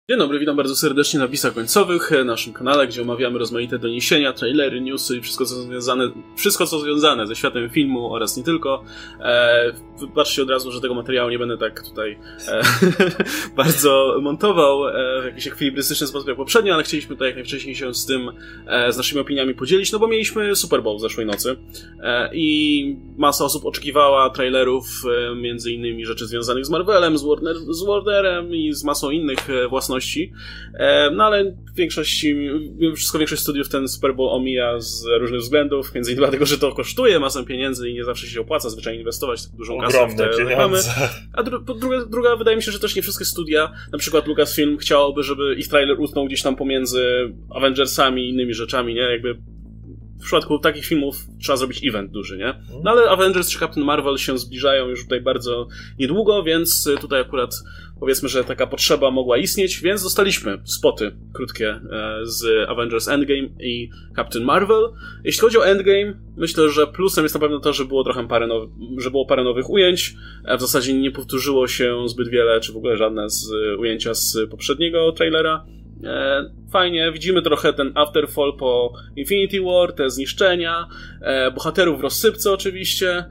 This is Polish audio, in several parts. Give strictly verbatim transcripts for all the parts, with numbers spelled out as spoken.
Dzień dobry, witam bardzo serdecznie na Wpisach Końcowych, naszym kanale, gdzie omawiamy rozmaite doniesienia, trailery, newsy i wszystko co związane, wszystko co związane ze światem filmu oraz nie tylko. E, wybaczcie od razu, że tego materiału nie będę tak tutaj e, bardzo montował e, w jakiś ekwilibrystyczny sposób jak poprzednio, ale chcieliśmy tutaj jak najwcześniej się z tym, e, z naszymi opiniami podzielić, no bo mieliśmy Super Bowl zeszłej nocy e, i masa osób oczekiwała trailerów, e, między innymi rzeczy związanych z Marvelem, z, Warner, z Warnerem i z masą innych e, własności. No ale w większości, wszystko większość studiów ten Super Bowl omija z różnych względów, między innymi dlatego, że to kosztuje masę pieniędzy i nie zawsze się opłaca zwyczajnie inwestować tak dużą kasę w te reklamy. A dru- druga, druga, wydaje mi się, że też nie wszystkie studia, na przykład Lucasfilm chciałoby, żeby ich trailer utknął gdzieś tam pomiędzy Avengersami i innymi rzeczami, nie? Jakby w przypadku takich filmów trzeba zrobić event duży, nie? No ale Avengers czy Captain Marvel się zbliżają już tutaj bardzo niedługo, więc tutaj akurat powiedzmy, że taka potrzeba mogła istnieć, więc dostaliśmy spoty krótkie z Avengers Endgame i Captain Marvel. Jeśli chodzi o Endgame, myślę, że plusem jest na pewno to, że było trochę parę now- że było parę nowych ujęć. W zasadzie nie powtórzyło się zbyt wiele, czy w ogóle żadne z ujęcia z poprzedniego trailera. Fajnie, widzimy trochę ten afterfall po Infinity War, te zniszczenia, bohaterów w rozsypce oczywiście.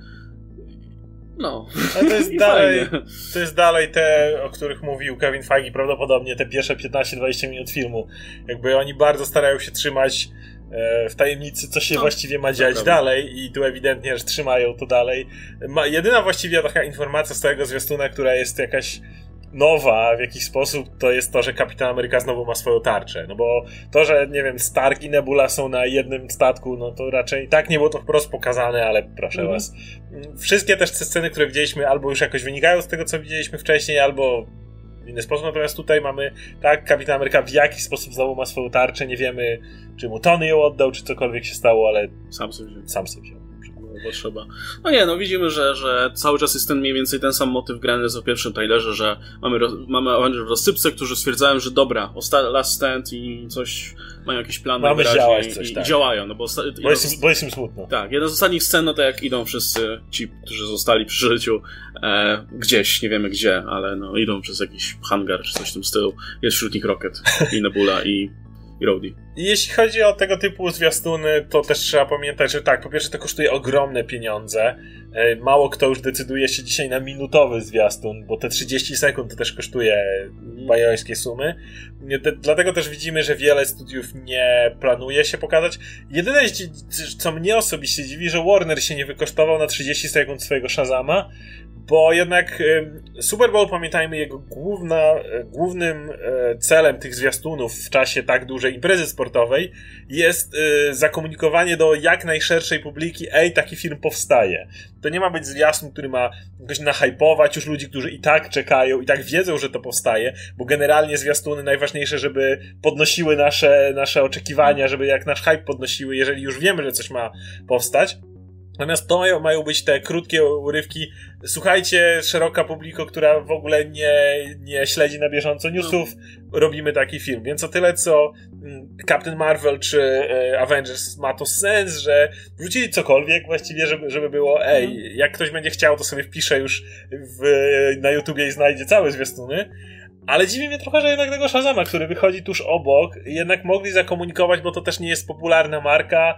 No, ale to jest dalej, to jest dalej te, o których mówił Kevin Feige, prawdopodobnie te pierwsze piętnaście dwadzieścia minut filmu. Jakby oni bardzo starają się trzymać e, w tajemnicy, co się no, właściwie ma dziać dalej i tu ewidentnie, że trzymają to dalej. Ma, jedyna właściwie taka informacja z całego zwiastuna, która jest jakaś nowa w jakiś sposób, to jest to, że Kapitan Ameryka znowu ma swoją tarczę. No bo to, że nie wiem, Stark i Nebula są na jednym statku, no to raczej tak nie było to wprost pokazane, ale proszę mm. was. Wszystkie też te sceny, które widzieliśmy, albo już jakoś wynikają z tego, co widzieliśmy wcześniej, albo w inny sposób. Natomiast tutaj mamy, tak, Kapitan Ameryka w jakiś sposób znowu ma swoją tarczę. Nie wiemy, czy mu Tony ją oddał, czy cokolwiek się stało, ale sam sobie wziął. Sam sobie wziął. Potrzeba. No nie, no widzimy, że, że cały czas jest ten mniej więcej ten sam motyw grany co w pierwszym trailerze, że mamy, mamy Avengers w rozsypce, którzy stwierdzają, że dobra, osta- last stand i coś, mają jakieś plany mamy działać coś, i, tak. i działają, no bo, osta- bo, jest, z... bo jest im smutno. Tak, jedna z ostatnich scen, no to jak idą wszyscy ci, którzy zostali przy życiu e, gdzieś, nie wiemy gdzie, ale no idą przez jakiś hangar czy coś w tym stylu, jest wśród nich Rocket i Nebula i i Rhodey. I jeśli chodzi o tego typu zwiastuny, to też trzeba pamiętać, że tak, po pierwsze to kosztuje ogromne pieniądze. Mało kto już decyduje się dzisiaj na minutowy zwiastun, bo te trzydzieści sekund to też kosztuje bajońskie sumy. Dlatego też widzimy, że wiele studiów nie planuje się pokazać. Jedyne, co mnie osobiście dziwi, że Warner się nie wykosztował na trzydzieści sekund swojego Shazama, bo jednak Super Bowl, pamiętajmy, jego główna, głównym celem tych zwiastunów w czasie tak dużej imprezy sportowej jest zakomunikowanie do jak najszerszej publiki, ej, taki film powstaje. To nie ma być zwiastun, który ma jakoś nahypować już ludzi, którzy i tak czekają, i tak wiedzą, że to powstaje, bo generalnie zwiastuny najważniejsze, żeby podnosiły nasze, nasze oczekiwania, żeby jak nasz hype podnosiły, jeżeli już wiemy, że coś ma powstać. Natomiast to mają, mają być te krótkie urywki. Słuchajcie, szeroka publiko, która w ogóle nie, nie śledzi na bieżąco newsów, no. Robimy taki film. Więc o tyle, co Captain Marvel czy e, Avengers ma to sens, że wrzucili cokolwiek właściwie, żeby, żeby było ej, no. Jak ktoś będzie chciał, to sobie wpisze już w, na YouTubie i znajdzie całe zwiastuny. Ale dziwi mnie trochę, że jednak tego Shazama, który wychodzi tuż obok, jednak mogli zakomunikować, bo to też nie jest popularna marka,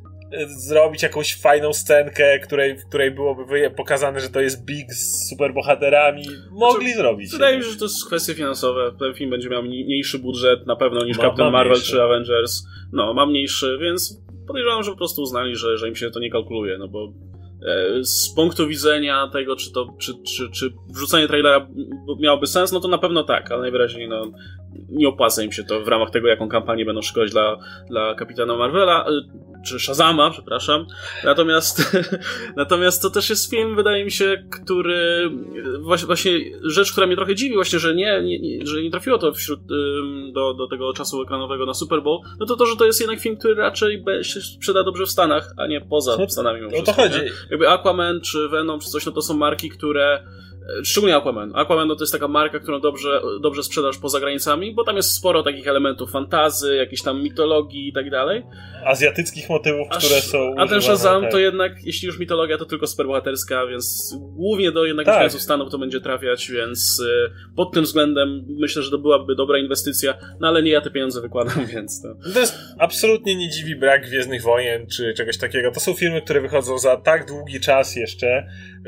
zrobić jakąś fajną scenkę, której, w której byłoby pokazane, że to jest Big z superbohaterami. Mogli znaczy, zrobić. Wydaje mi się, że to jest kwestie finansowe. Ten film będzie miał mniejszy budżet na pewno niż ma, Captain ma Marvel mniejszy. Czy Avengers. No, ma mniejszy, więc podejrzewam, że po prostu uznali, że, że im się to nie kalkuluje, no bo e, z punktu widzenia tego, czy to, czy, czy, czy wrzucenie trailera miałoby sens, no to na pewno tak, ale najwyraźniej no, nie opłaca im się to w ramach tego, jaką kampanię będą szykować dla, dla Kapitana Marvela, czy Shazama, przepraszam. Natomiast natomiast to też jest film, wydaje mi się, który właśnie, właśnie rzecz, która mnie trochę dziwi, właśnie, że nie, nie, że nie trafiło to wśród, do, do tego czasu ekranowego na Super Bowl, no to to, że to jest jednak film, który raczej się sprzeda dobrze w Stanach, a nie poza Stanami. O to chodzi. Nie? Jakby Aquaman, czy Venom, czy coś, no to są marki, które Szczególnie Aquaman. Aquaman no to jest taka marka, którą dobrze, dobrze sprzedasz poza granicami, bo tam jest sporo takich elementów fantazy, jakiejś tam mitologii i tak dalej. Azjatyckich motywów, Aż, które są A ten używane, Shazam tak. to jednak, jeśli już mitologia, to tylko superbohaterska, więc głównie do jednak tak. mieszkańców Stanów to będzie trafiać, więc pod tym względem myślę, że to byłaby dobra inwestycja, no ale nie ja te pieniądze wykładam, więc to... To jest absolutnie nie dziwi brak Gwiezdnych Wojen czy czegoś takiego. To są filmy, które wychodzą za tak długi czas jeszcze,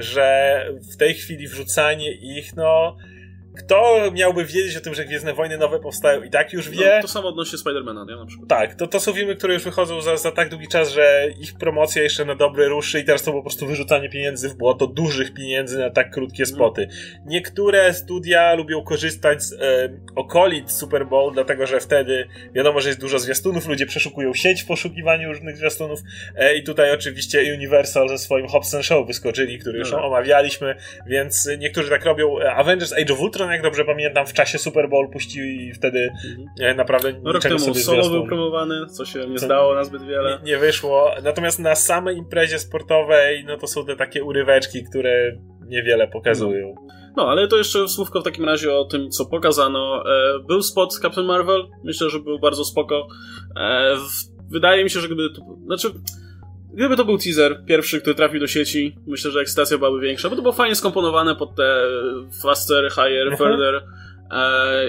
że w tej chwili wrzucanie ich, no... Kto miałby wiedzieć o tym, że Gwiezdne Wojny nowe powstają i tak już wie? No, to samo odnośnie Spidermana, nie? Na przykład. Tak, to, to są filmy, które już wychodzą za, za tak długi czas, że ich promocja jeszcze na dobre ruszy i teraz to po prostu wyrzucanie pieniędzy w błoto, dużych pieniędzy na tak krótkie spoty. Niektóre studia lubią korzystać z e, okolic Super Bowl, dlatego że wtedy wiadomo, że jest dużo zwiastunów, ludzie przeszukują sieć w poszukiwaniu różnych zwiastunów e, i tutaj oczywiście Universal ze swoim Hobbs and Show wyskoczyli, który już no. omawialiśmy, więc niektórzy tak robią. Avengers Age of Ultron, jak dobrze pamiętam, w czasie Super Bowl puścili i wtedy mhm. naprawdę no, niczego sobie zwiastun. Solo był promowany, co się nie co zdało na zbyt wiele. Nie, nie wyszło. Natomiast na samej imprezie sportowej, no to są te takie uryweczki, które niewiele pokazują. No. No, ale to jeszcze słówko w takim razie o tym, co pokazano. E, był spot Captain Marvel, myślę, że był bardzo spoko. E, w, wydaje mi się, że gdyby to... Znaczy... Gdyby to był teaser pierwszy, który trafił do sieci, myślę, że ekscytacja byłaby większa, bo to było fajnie skomponowane pod te faster, higher, further. E,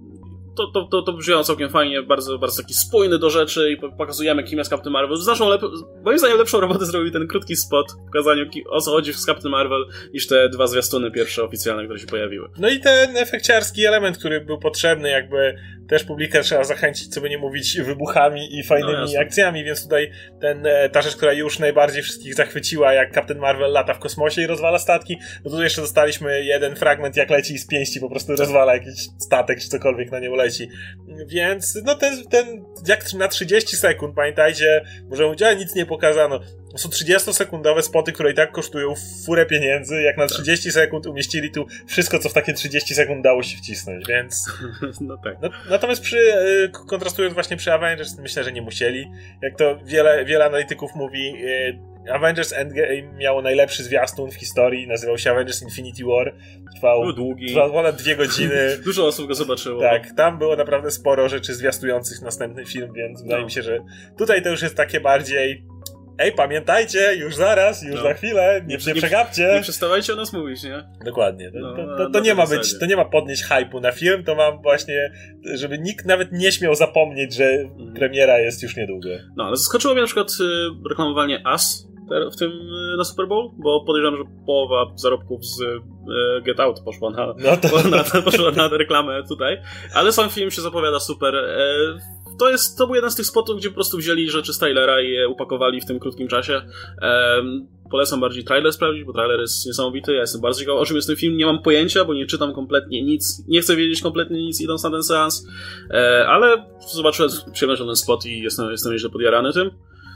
to, to, to, to brzmiało całkiem fajnie, bardzo, bardzo taki spójny do rzeczy i pokazujemy, kim jest Captain Marvel. Znaczą lep- moim zdaniem lepszą robotę zrobił ten krótki spot w pokazaniu, ki- o co chodzi z Captain Marvel, niż te dwa zwiastuny pierwsze oficjalne, które się pojawiły. No i ten efekciarski element, który był potrzebny, jakby też publikę trzeba zachęcić, co by nie mówić, wybuchami i fajnymi no, akcjami, więc tutaj ten, ta rzecz, która już najbardziej wszystkich zachwyciła, jak Captain Marvel lata w kosmosie i rozwala statki, no tu jeszcze dostaliśmy jeden fragment, jak leci i z pięści po prostu rozwala jakiś statek czy cokolwiek na niego leci. Więc no ten, ten jak na trzydzieści sekund, pamiętajcie, może mówić, ale nic nie pokazano. To są trzydziestosekundowe spoty, które i tak kosztują furę pieniędzy. Jak na trzydzieści sekund umieścili tu wszystko, co w takie trzydzieści sekund dało się wcisnąć, więc... No tak. No, natomiast przy, kontrastując właśnie przy Avengers, myślę, że nie musieli. Jak to wiele, wiele analityków mówi, Avengers Endgame miało najlepszy zwiastun w historii, nazywał się Avengers Infinity War. Trwał, Był długi. Trwał ponad dwie godziny. Dużo osób go zobaczyło. Tak, tam było naprawdę sporo rzeczy zwiastujących następny film, więc no. wydaje mi się, że tutaj to już jest takie bardziej... Ej, pamiętajcie, już zaraz, już no. za chwilę, nie, nie, nie przegapcie. Nie przestawajcie o nas mówić, nie? Dokładnie. To, no, to, to, to nie ma być, to nie ma podnieść hype'u na film, to ma właśnie, żeby nikt nawet nie śmiał zapomnieć, że mm. premiera jest już niedługo. No, ale zaskoczyło mnie na przykład y, reklamowanie Us w tym y, na Super Bowl, bo podejrzewam, że połowa zarobków z y, Get Out poszła na, no to... na, poszła na reklamę tutaj, ale sam film się zapowiada super. Y, To jest, to był jeden z tych spotów, gdzie po prostu wzięli rzeczy z trailera i je upakowali w tym krótkim czasie. Um, polecam bardziej trailer sprawdzić, bo trailer jest niesamowity. Ja jestem bardzo ciekawy, o czym jest ten film. Nie mam pojęcia, bo nie czytam kompletnie nic. Nie chcę wiedzieć kompletnie nic, idąc na ten seans. E, ale zobaczyłem z przyjemnością ten spot i jestem, jestem nieźle podjarany tym.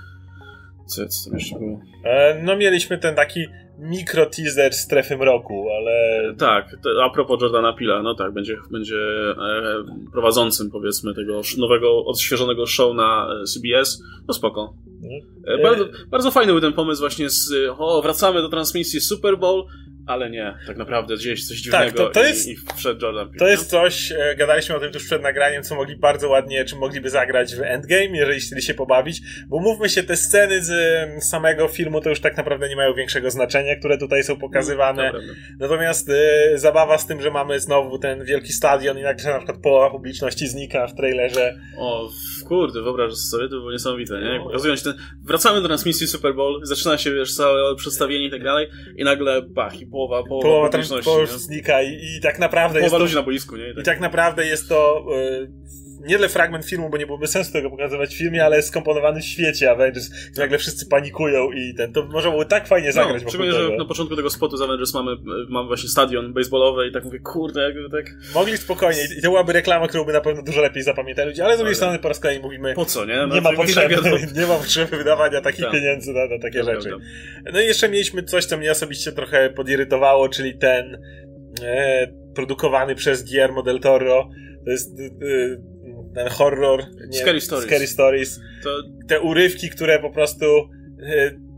Co, co tam jeszcze było? E, no mieliśmy ten taki mikro teaser Strefy Mroku, ale... Tak, to, a propos Jordana Peele'a, no tak, będzie, będzie e, prowadzącym, powiedzmy, tego nowego, odświeżonego show na C B S. No spoko. E, bardzo, bardzo fajny był ten pomysł właśnie z o, wracamy do transmisji Super Bowl, ale nie, tak naprawdę dzieje się coś dziwnego tak, to, to jest, i, i wszedł Jordan Peele. To jest coś, e, gadaliśmy o tym tuż przed nagraniem, co mogli bardzo ładnie, czy mogliby zagrać w Endgame, jeżeli chcieli się pobawić, bo mówmy się, te sceny z e, samego filmu to już tak naprawdę nie mają większego znaczenia, które tutaj są pokazywane. No, natomiast e, zabawa z tym, że mamy znowu ten wielki stadion i nagle na przykład połowa publiczności znika w trailerze. O, kurde, wyobraź sobie, to było niesamowite, nie? Jak pokazują się ten, wracamy do transmisji Super Bowl, zaczyna się, wiesz, całe przedstawienie i tak dalej i nagle, bach, i połowa, połowa, połowa publiczności. Połowa znika i, i tak naprawdę połowa jest to... ludzi na boisku, nie? I, tak. I tak naprawdę jest to... Yy... nie tyle fragment filmu, bo nie byłoby sensu tego pokazywać w filmie, ale skomponowany w świecie Avengers. I nagle wszyscy panikują i ten, to może było tak fajnie zagrać. No, szczególnie, że na początku tego spotu z Avengers mamy, mamy właśnie stadion baseballowy i tak mówię, kurde, jakby tak... Mogli spokojnie i to byłaby reklama, którą by na pewno dużo lepiej zapamiętali ludzie, ale z drugiej strony po raz kolejny mówimy... Po co, nie? No, nie, ma potrzeby, nie ma potrzeby wydawania takich tak. pieniędzy na, na takie to rzeczy. Prawda. No i jeszcze mieliśmy coś, co mnie osobiście trochę podirytowało, czyli ten e, produkowany przez Guillermo del Toro. To jest... E, ten horror, nie, Scary Stories. Scary Stories. To... Te urywki, które po prostu y,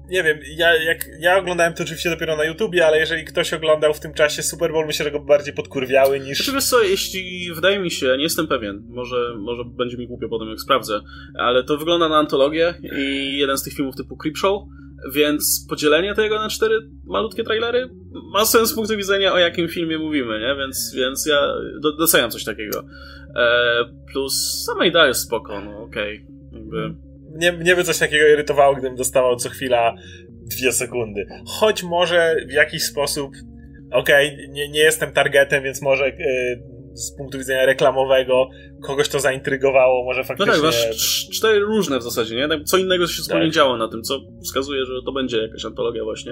nie wiem, ja, jak, ja oglądałem to oczywiście dopiero na YouTubie, ale jeżeli ktoś oglądał w tym czasie Super Bowl, myślę, że go bardziej podkurwiały niż... Znaczy, wiesz co, jeśli, wydaje mi się, nie jestem pewien, może, może będzie mi głupio potem jak sprawdzę, ale to wygląda na antologię i jeden z tych filmów typu Creepshow, więc podzielenie tego na cztery malutkie trailery ma sens z punktu widzenia, o jakim filmie mówimy, nie? Więc, więc ja do, doceniam coś takiego. E, plus sama idea jest spoko, no okej. Okay. Jakby... Mnie, mnie by coś takiego irytowało, gdybym dostawał co chwila dwie sekundy. Choć może w jakiś sposób, okej, okay, nie, nie jestem targetem, więc może yy, z punktu widzenia reklamowego kogoś to zaintrygowało, może faktycznie... No tak, masz cz- cztery różne w zasadzie, nie? Co innego się wspólnie tak. działo na tym, co wskazuje, że to będzie jakaś antologia właśnie.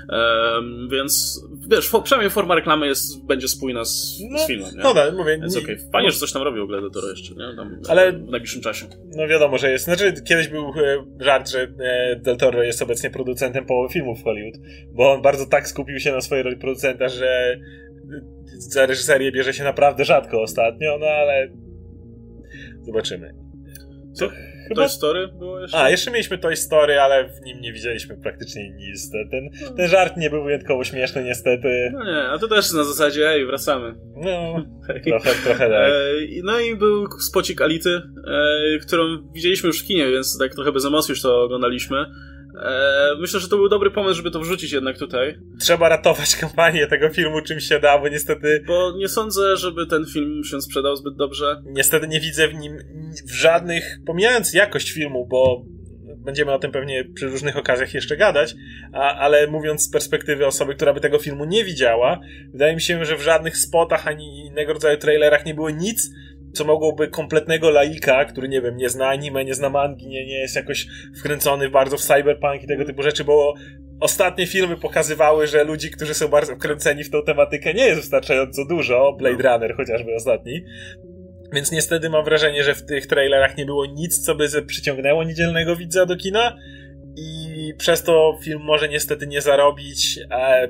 Um, więc wiesz, fo- przynajmniej forma reklamy jest, będzie spójna z, no, z filmem, nie? No tak, mówię... Więc okej, okay. Fajnie, no. że coś tam robi w ogóle do tego jeszcze, nie? Tam, ale w najbliższym czasie. No wiadomo, że jest. Znaczy, kiedyś był żart, że Del Toro jest obecnie producentem połowy filmów w Hollywood, bo on bardzo tak skupił się na swojej roli producenta, że za reżyserię bierze się naprawdę rzadko ostatnio, no ale zobaczymy. Co? To chyba... Toy Story było jeszcze? A, jeszcze mieliśmy Toy Story, ale w nim nie widzieliśmy praktycznie nic. Ten, ten żart nie był wyjątkowo śmieszny niestety. No nie, a to też na zasadzie, ej, wracamy. No, trochę, trochę tak. No i był spocik Ality, którą widzieliśmy już w kinie, więc tak trochę bez emocji już to oglądaliśmy. Myślę, że to był dobry pomysł, żeby to wrzucić jednak tutaj. Trzeba ratować kampanię tego filmu czym się da, bo niestety... Bo nie sądzę, żeby ten film się sprzedał zbyt dobrze. Niestety nie widzę w nim w żadnych... Pomijając jakość filmu, bo będziemy o tym pewnie przy różnych okazjach jeszcze gadać, a, ale mówiąc z perspektywy osoby, która by tego filmu nie widziała, wydaje mi się, że w żadnych spotach ani innego rodzaju trailerach nie było nic, co mogłoby kompletnego laika, który, nie wiem, nie zna anime, nie zna mangi, nie, nie jest jakoś wkręcony bardzo w cyberpunk i tego typu rzeczy, bo ostatnie filmy pokazywały, że ludzi, którzy są bardzo wkręceni w tą tematykę, nie jest wystarczająco dużo, Blade Runner chociażby ostatni, więc niestety mam wrażenie, że w tych trailerach nie było nic, co by przyciągnęło niedzielnego widza do kina i przez to film może niestety nie zarobić.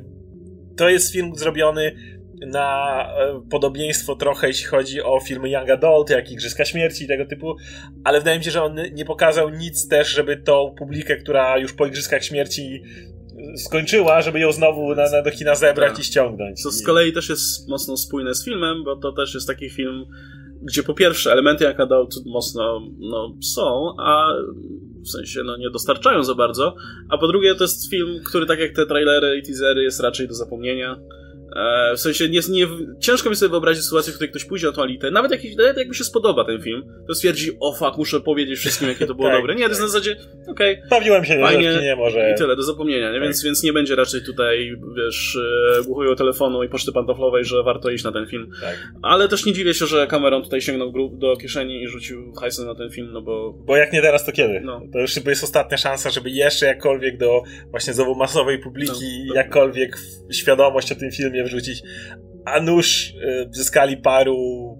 To jest film zrobiony na podobieństwo trochę, jeśli chodzi o filmy Young Adult, jak Igrzyska Śmierci i tego typu, ale wydaje mi się, że on nie pokazał nic też, żeby tą publikę, która już po Igrzyskach Śmierci skończyła, żeby ją znowu na, na do kina zebrać tak. i ściągnąć. Co z kolei też jest mocno spójne z filmem, bo to też jest taki film, gdzie po pierwsze elementy Young Adult mocno no, są, a w sensie no, nie dostarczają za bardzo, a po drugie to jest film, który tak jak te trailery i teasery jest raczej do zapomnienia. E, w sensie nie, nie, ciężko mi sobie wyobrazić sytuację, w której ktoś pójdzie na tą Alitę. Nawet jak, nawet jak mi się spodoba ten film, to stwierdzi, o fuck, muszę powiedzieć wszystkim, jakie to było tak, dobre. Nie, to jest na zasadzie, okej, okay, bawiłem się, fajnie, nie może. I tyle, do zapomnienia, nie? Tak. Więc, więc nie będzie raczej tutaj, wiesz, głuchego telefonu i poczty pantoflowej, że warto iść na ten film. Tak. Ale też nie dziwię się, że Cameron tutaj sięgnął do kieszeni i rzucił hajsem na ten film, no bo... Bo jak nie teraz, to kiedy? No. To już jest ostatnia szansa, żeby jeszcze jakkolwiek do właśnie znowu masowej publiki no, jakkolwiek świadomość o tym filmie wrzucić. A nuż y, zyskali paru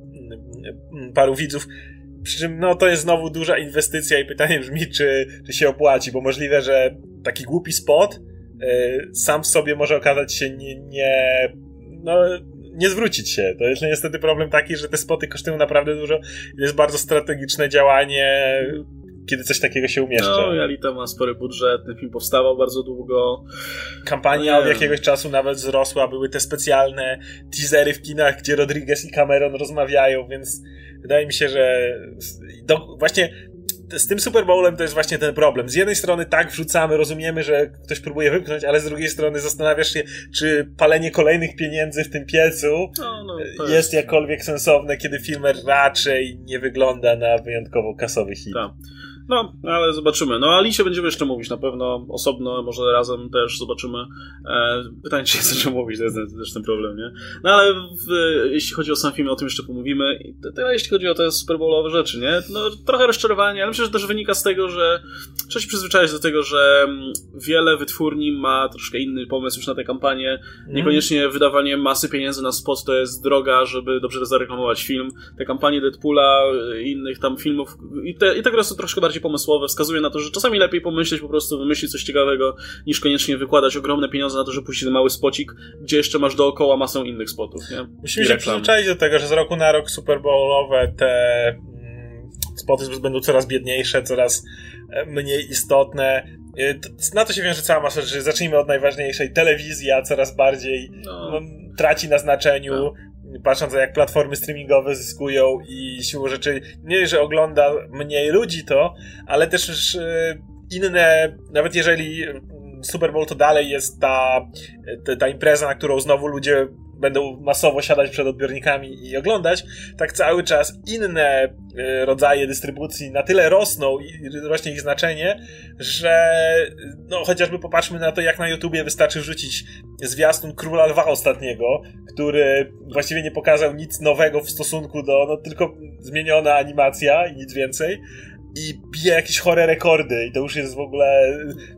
y, paru widzów. Przy czym no to jest znowu duża inwestycja i pytanie brzmi, czy, czy się opłaci, bo możliwe, że taki głupi spot y, sam w sobie może okazać się nie, nie no nie zwrócić się. To jest niestety problem taki, że te spoty kosztują naprawdę dużo i jest bardzo strategiczne działanie, kiedy coś takiego się umieszcza. No, Alita ma spory budżet, ten film powstawał bardzo długo. Kampania no, od jakiegoś czasu nawet wzrosła, były te specjalne teasery w kinach, gdzie Rodriguez i Cameron rozmawiają, więc wydaje mi się, że do, właśnie z tym Super Bowlem to jest właśnie ten problem. Z jednej strony tak wrzucamy, rozumiemy, że ktoś próbuje wypchnąć, ale z drugiej strony zastanawiasz się, czy palenie kolejnych pieniędzy w tym piecu no, no, jest, jest jakkolwiek sensowne, kiedy film raczej nie wygląda na wyjątkowo kasowy hit. Tak. No, ale zobaczymy. No, o Alicie będziemy jeszcze mówić na pewno osobno, może razem też zobaczymy. E, pytanie, czy jest o czym mówić, to jest też ten problem, nie? No, ale w, jeśli chodzi o sam film, o tym jeszcze pomówimy. Tyle jeśli chodzi o te superbowlowe rzeczy, nie? No, trochę rozczarowanie, ale myślę, że też wynika z tego, że trzeba się przyzwyczaić do tego, że wiele wytwórni ma troszkę inny pomysł już na tę kampanię. Niekoniecznie mm. wydawanie masy pieniędzy na spot to jest droga, żeby dobrze zareklamować film. Te kampanie Deadpoola i innych tam filmów i te, i te gry są troszkę bardziej pomysłowe, wskazuje na to, że czasami lepiej pomyśleć, po prostu wymyślić coś ciekawego, niż koniecznie wykładać ogromne pieniądze na to, żeby puścić ten mały spocik, gdzie jeszcze masz dookoła masę innych spotów, nie? Musimy się przyzwyczaić do tego, że z roku na rok Super Bowlowe te spoty będą coraz biedniejsze, coraz mniej istotne. Na to się wiąże cała masa rzeczy. Zacznijmy od najważniejszej. Telewizja coraz bardziej no. No, traci na znaczeniu. No. Patrząc jak platformy streamingowe zyskują i siłą rzeczy nie, że ogląda mniej ludzi to, ale też inne, nawet jeżeli Super Bowl to dalej jest ta, ta, ta impreza, na którą znowu ludzie będą masowo siadać przed odbiornikami i oglądać, tak cały czas inne rodzaje dystrybucji na tyle rosną i rośnie ich znaczenie, że no chociażby popatrzmy na to, jak na YouTubie wystarczy wrzucić zwiastun Króla Lwa ostatniego, który właściwie nie pokazał nic nowego w stosunku do, no tylko zmieniona animacja i nic więcej i bije jakieś chore rekordy i to już jest w ogóle...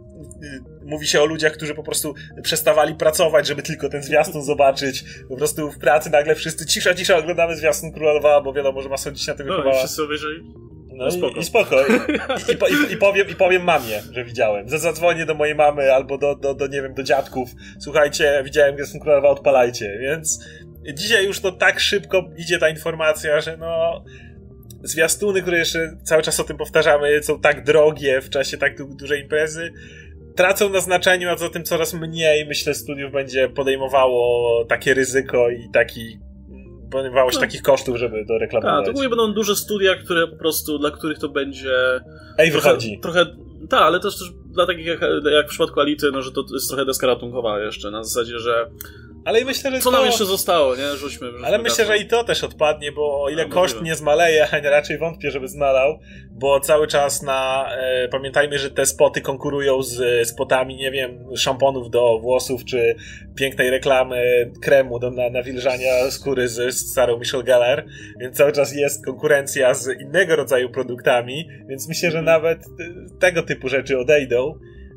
Mówi się o ludziach, którzy po prostu przestawali pracować, żeby tylko ten zwiastun zobaczyć. Po prostu w pracy nagle wszyscy cisza, cisza, oglądamy zwiastun Króla Lwa, bo wiadomo, że masa dziś na tym wychowała. No i wszyscy obejrzeli. No, no spoko. I, i spoko. I, i, i, i, powiem, I powiem mamie, że widziałem. Zadzwonię do mojej mamy albo do, do, do, nie wiem, do dziadków. Słuchajcie, widziałem zwiastun Króla Lwa, odpalajcie. Więc dzisiaj już to tak szybko idzie ta informacja, że no... Zwiastuny, które jeszcze cały czas o tym powtarzamy, są tak drogie w czasie tak du- dużej imprezy, tracą na znaczeniu, a za tym coraz mniej, myślę, studiów będzie podejmowało takie ryzyko i taki podejmowało się no. takich kosztów, żeby to reklamować. Tak, to będą duże studia, które po prostu, dla których to będzie... Ej, trochę, wychodzi. Trochę, tak, ale też, też dla takich jak, jak w przypadku Ality, no, że to jest trochę deska ratunkowa jeszcze, na zasadzie, że ale myślę, że co to... nam jeszcze zostało, nie? Rzućmy, rzućmy ale myślę, że i to też odpadnie, bo o ile no, koszt nie zmaleje, a raczej wątpię, żeby zmalał, bo cały czas na... E, pamiętajmy, że te spoty konkurują z spotami, nie wiem, szamponów do włosów, czy pięknej reklamy kremu do na, nawilżania skóry z, z Sarą Michelle Gellar, więc cały czas jest konkurencja z innego rodzaju produktami, więc myślę, że nawet tego typu rzeczy odejdą.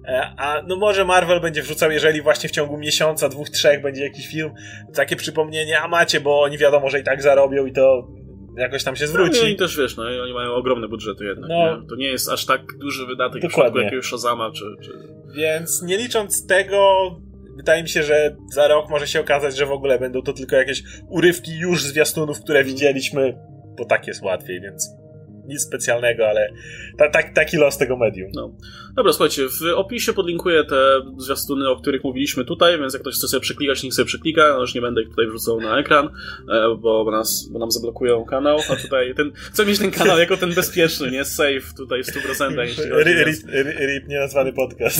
A no może Marvel będzie wrzucał, jeżeli właśnie w ciągu miesiąca, dwóch, trzech będzie jakiś film, takie przypomnienie, a macie, bo oni wiadomo, że i tak zarobią i to jakoś tam się zwróci. No i też wiesz, no oni mają ogromne budżety jednak, no, nie? To nie jest aż tak duży wydatek w przypadku jakiegoś Shazama, czy, czy... Więc nie licząc tego, wydaje mi się, że za rok może się okazać, że w ogóle będą to tylko jakieś urywki już zwiastunów, które widzieliśmy, bo tak jest łatwiej, więc... nic specjalnego, ale ta, ta, taki los tego medium. No. Dobra, słuchajcie, w opisie podlinkuję te zwiastuny, o których mówiliśmy tutaj, więc jak ktoś chce sobie przeklikać, niech sobie przeklika, no już nie będę ich tutaj wrzucał na ekran, bo, bo, nas, bo nam zablokują kanał, a tutaj ten, chcę mieć ten kanał jako ten bezpieczny, nie? Safe tutaj w stu procentach. R I P nienazwany podcast.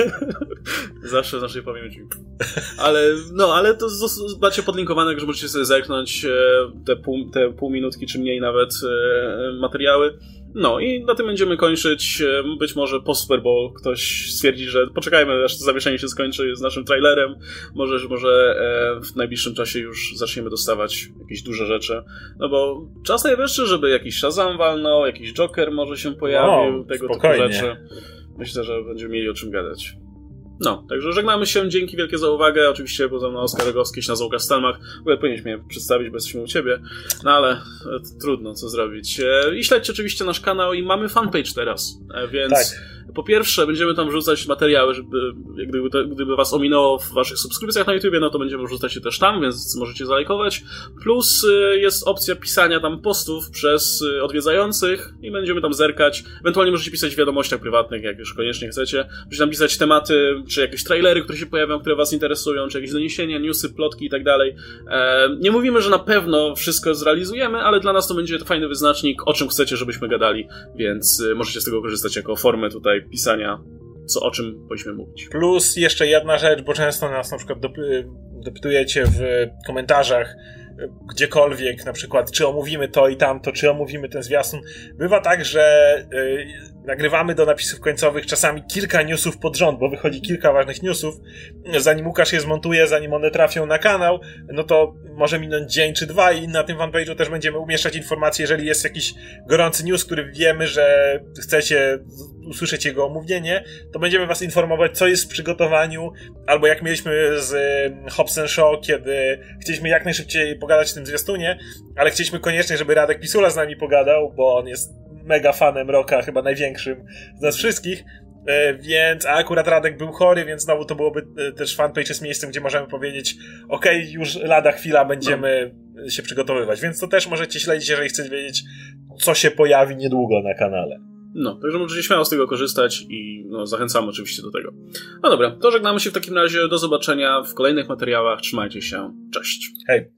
Zawsze z naszej pamięci. Ale, no, ale to macie podlinkowane, że możecie sobie zerknąć te pół, te pół minutki, czy mniej nawet materiały. No i na tym będziemy kończyć. Być może po Super Bowl ktoś stwierdzi, że poczekajmy, aż to zawieszenie się skończy z naszym trailerem. Może, że może w najbliższym czasie już zaczniemy dostawać jakieś duże rzeczy. No bo czas najwyższy, żeby jakiś Shazam walnął, jakiś Joker może się pojawił, no, tego spokojnie. typu rzeczy. Myślę, że będziemy mieli o czym gadać. No, także żegnamy się, dzięki wielkie za uwagę. Oczywiście był ze mną Oskar Rogowski, na Łukasz Stelmach. W ogóle powinieneś mnie przedstawić, bo jesteśmy u ciebie. No ale e, trudno, co zrobić. E, I śledźcie oczywiście nasz kanał i mamy fanpage teraz, e, więc tak. Po pierwsze będziemy tam wrzucać materiały, żeby gdyby, to, gdyby was ominęło w waszych subskrypcjach na YouTubie, no to będziemy wrzucać je też tam, więc możecie zalajkować. Plus e, jest opcja pisania tam postów przez e, odwiedzających i będziemy tam zerkać. Ewentualnie możecie pisać w wiadomościach prywatnych, jak już koniecznie chcecie. Możecie tam pisać tematy, czy jakieś trailery, które się pojawią, które was interesują, czy jakieś doniesienia, newsy, plotki i tak dalej. Nie mówimy, że na pewno wszystko zrealizujemy, ale dla nas to będzie fajny wyznacznik, o czym chcecie, żebyśmy gadali, więc możecie z tego korzystać jako formę tutaj pisania, co o czym powinniśmy mówić. Plus jeszcze jedna rzecz, bo często nas na przykład dopy- dopytujecie w komentarzach, gdziekolwiek, na przykład, czy omówimy to i tamto, czy omówimy ten zwiastun. Bywa tak, że yy, nagrywamy do napisów końcowych czasami kilka newsów pod rząd, bo wychodzi kilka ważnych newsów. Zanim Łukasz je zmontuje, zanim one trafią na kanał, no to może minąć dzień czy dwa i na tym fanpage'u też będziemy umieszczać informacje, jeżeli jest jakiś gorący news, który wiemy, że chcecie usłyszeć jego omówienie, to będziemy was informować, co jest w przygotowaniu, albo jak mieliśmy z Hobbs and Shaw, kiedy chcieliśmy jak najszybciej pogadać w tym zwiastunie, ale chcieliśmy koniecznie, żeby Radek Pisula z nami pogadał, bo on jest mega fanem rocka, chyba największym z nas wszystkich, więc, a akurat Radek był chory, więc znowu to byłoby też fanpage jest miejscem, gdzie możemy powiedzieć, okej, okay, już lada chwila będziemy no. się przygotowywać, więc to też możecie śledzić, jeżeli chcecie wiedzieć, co się pojawi niedługo na kanale. No, także możecie śmiało z tego korzystać i no, zachęcamy oczywiście do tego. No dobra, to żegnamy się w takim razie, do zobaczenia w kolejnych materiałach, trzymajcie się, cześć. Hej.